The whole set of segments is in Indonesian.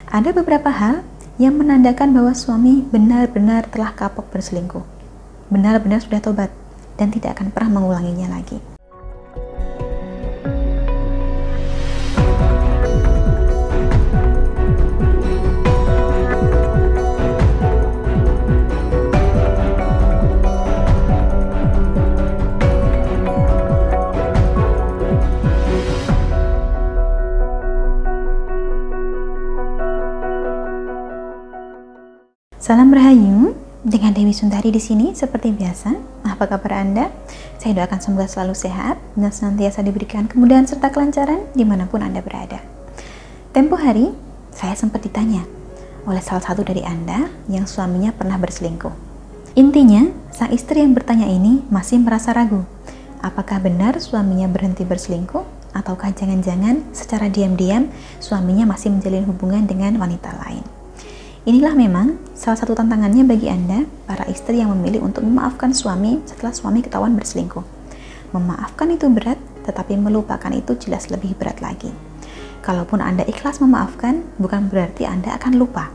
Ada beberapa hal yang menandakan bahwa suami benar-benar telah kapok berselingkuh, benar-benar sudah tobat, dan tidak akan pernah mengulanginya lagi. Salam Rahayu, dengan Dewi Sundari di sini seperti biasa. Apa kabar Anda? Saya doakan semoga selalu sehat dan senantiasa diberikan kemudahan serta kelancaran dimanapun Anda berada. Tempo hari, saya sempat ditanya oleh salah satu dari Anda yang suaminya pernah berselingkuh. Intinya, sang istri yang bertanya ini masih merasa ragu. Apakah benar suaminya berhenti berselingkuh? Ataukah jangan-jangan secara diam-diam suaminya masih menjalin hubungan dengan wanita lain? Inilah memang salah satu tantangannya bagi Anda, para istri yang memilih untuk memaafkan suami setelah suami ketahuan berselingkuh. Memaafkan itu berat, tetapi melupakan itu jelas lebih berat lagi. Kalaupun Anda ikhlas memaafkan, bukan berarti Anda akan lupa.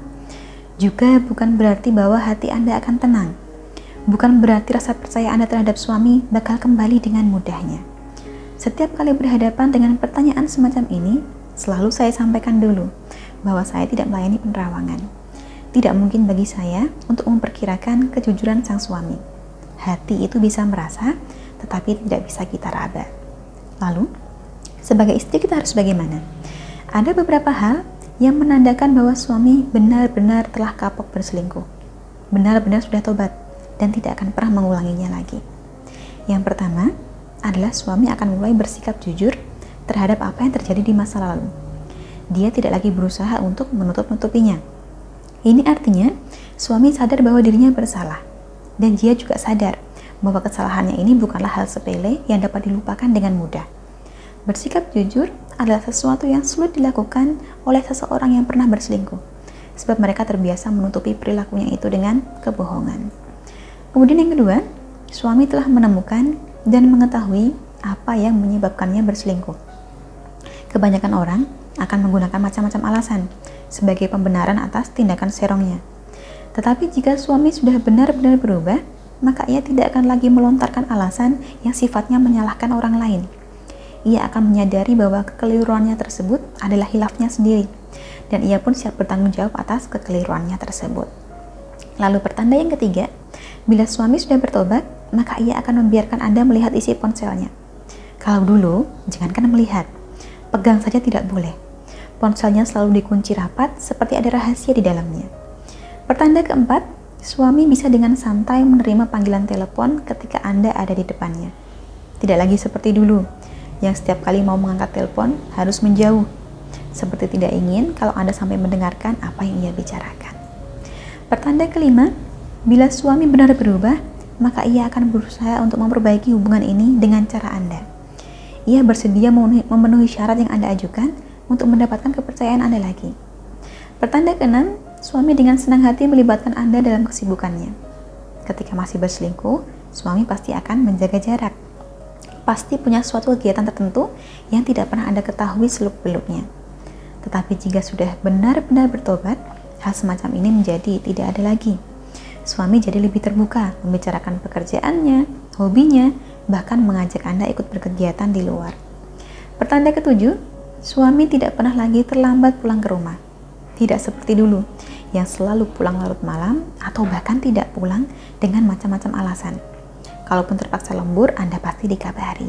Juga bukan berarti bahwa hati Anda akan tenang. Bukan berarti rasa percaya Anda terhadap suami bakal kembali dengan mudahnya. Setiap kali berhadapan dengan pertanyaan semacam ini, selalu saya sampaikan dulu bahwa saya tidak melayani penerawangan. Tidak mungkin bagi saya untuk memperkirakan kejujuran sang suami. Hati itu bisa merasa, tetapi tidak bisa kita raba. Lalu, sebagai istri kita harus bagaimana? Ada beberapa hal yang menandakan bahwa suami benar-benar telah kapok berselingkuh. Benar-benar sudah tobat dan tidak akan pernah mengulanginya lagi. Yang pertama adalah suami akan mulai bersikap jujur terhadap apa yang terjadi di masa lalu. Dia tidak lagi berusaha untuk menutup-nutupinya. Ini artinya suami sadar bahwa dirinya bersalah dan dia juga sadar bahwa kesalahannya ini bukanlah hal sepele yang dapat dilupakan dengan mudah. Bersikap jujur adalah sesuatu yang sulit dilakukan oleh seseorang yang pernah berselingkuh sebab mereka terbiasa menutupi perilakunya itu dengan kebohongan. Kemudian yang kedua, suami telah menemukan dan mengetahui apa yang menyebabkannya berselingkuh. Kebanyakan orang akan menggunakan macam-macam alasan sebagai pembenaran atas tindakan serongnya. Tetapi jika suami sudah benar-benar berubah, maka ia tidak akan lagi melontarkan alasan yang sifatnya menyalahkan orang lain. Ia akan menyadari bahwa kekeliruannya tersebut adalah hilafnya sendiri, dan ia pun siap bertanggung jawab atas kekeliruannya tersebut. Lalu pertanda yang ketiga, bila suami sudah bertobat, maka ia akan membiarkan Anda melihat isi ponselnya. Kalau dulu, jangankan melihat, pegang saja tidak boleh. Ponselnya selalu dikunci rapat seperti ada rahasia di dalamnya. Pertanda keempat, suami bisa dengan santai menerima panggilan telepon ketika Anda ada di depannya. Tidak lagi seperti dulu, yang setiap kali mau mengangkat telepon harus menjauh, seperti tidak ingin kalau Anda sampai mendengarkan apa yang ia bicarakan. Pertanda kelima, bila suami benar berubah, maka ia akan berusaha untuk memperbaiki hubungan ini dengan cara Anda. Ia bersedia memenuhi syarat yang Anda ajukan untuk mendapatkan kepercayaan Anda lagi. Pertanda keenam, suami dengan senang hati melibatkan Anda dalam kesibukannya. Ketika masih berselingkuh, suami pasti akan menjaga jarak. Pasti punya suatu kegiatan tertentu yang tidak pernah Anda ketahui seluk-beluknya. Tetapi jika sudah benar-benar bertobat, hal semacam ini menjadi tidak ada lagi. Suami jadi lebih terbuka, membicarakan pekerjaannya, hobinya, bahkan mengajak Anda ikut berkegiatan di luar. Pertanda ketujuh, suami tidak pernah lagi terlambat pulang ke rumah. Tidak seperti dulu, yang selalu pulang larut malam atau bahkan tidak pulang dengan macam-macam alasan. Kalaupun terpaksa lembur, Anda pasti dikabari.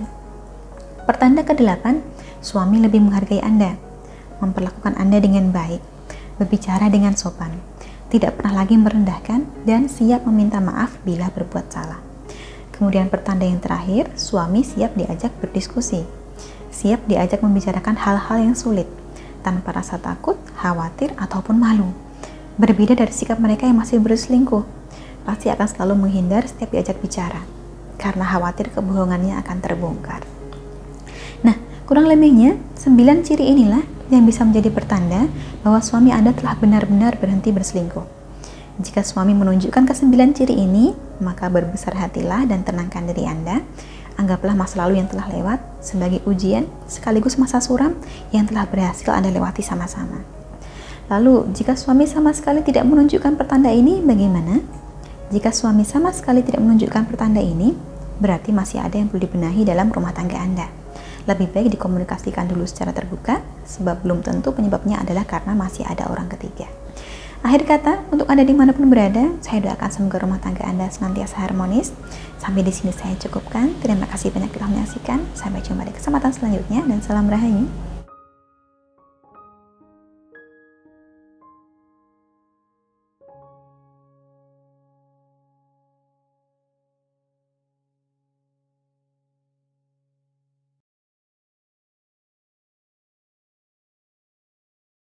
Pertanda ke-8, suami lebih menghargai Anda, memperlakukan Anda dengan baik, berbicara dengan sopan, tidak pernah lagi merendahkan, dan siap meminta maaf bila berbuat salah. Kemudian pertanda yang terakhir, suami siap diajak berdiskusi, siap diajak membicarakan hal-hal yang sulit, tanpa rasa takut, khawatir, ataupun malu. Berbeda dari sikap mereka yang masih berselingkuh, pasti akan selalu menghindar setiap diajak bicara, karena khawatir kebohongannya akan terbongkar. Nah, kurang lebihnya, 9 ciri inilah yang bisa menjadi pertanda bahwa suami Anda telah benar-benar berhenti berselingkuh. Jika suami menunjukkan ke-9 ciri ini, maka berbesar hatilah dan tenangkan diri Anda. Anggaplah masa lalu yang telah lewat sebagai ujian sekaligus masa suram yang telah berhasil Anda lewati sama-sama. Lalu, jika suami sama sekali tidak menunjukkan pertanda ini, bagaimana? Jika suami sama sekali tidak menunjukkan pertanda ini, berarti masih ada yang perlu dibenahi dalam rumah tangga Anda. Lebih baik dikomunikasikan dulu secara terbuka, sebab belum tentu penyebabnya adalah karena masih ada orang ketiga. Akhir kata, untuk Anda dimanapun berada, saya doakan semoga rumah tangga Anda senantiasa harmonis. Sampai di sini saya cukupkan. Terima kasih banyak telah menyaksikan. Sampai jumpa di kesempatan selanjutnya dan salam rahayu.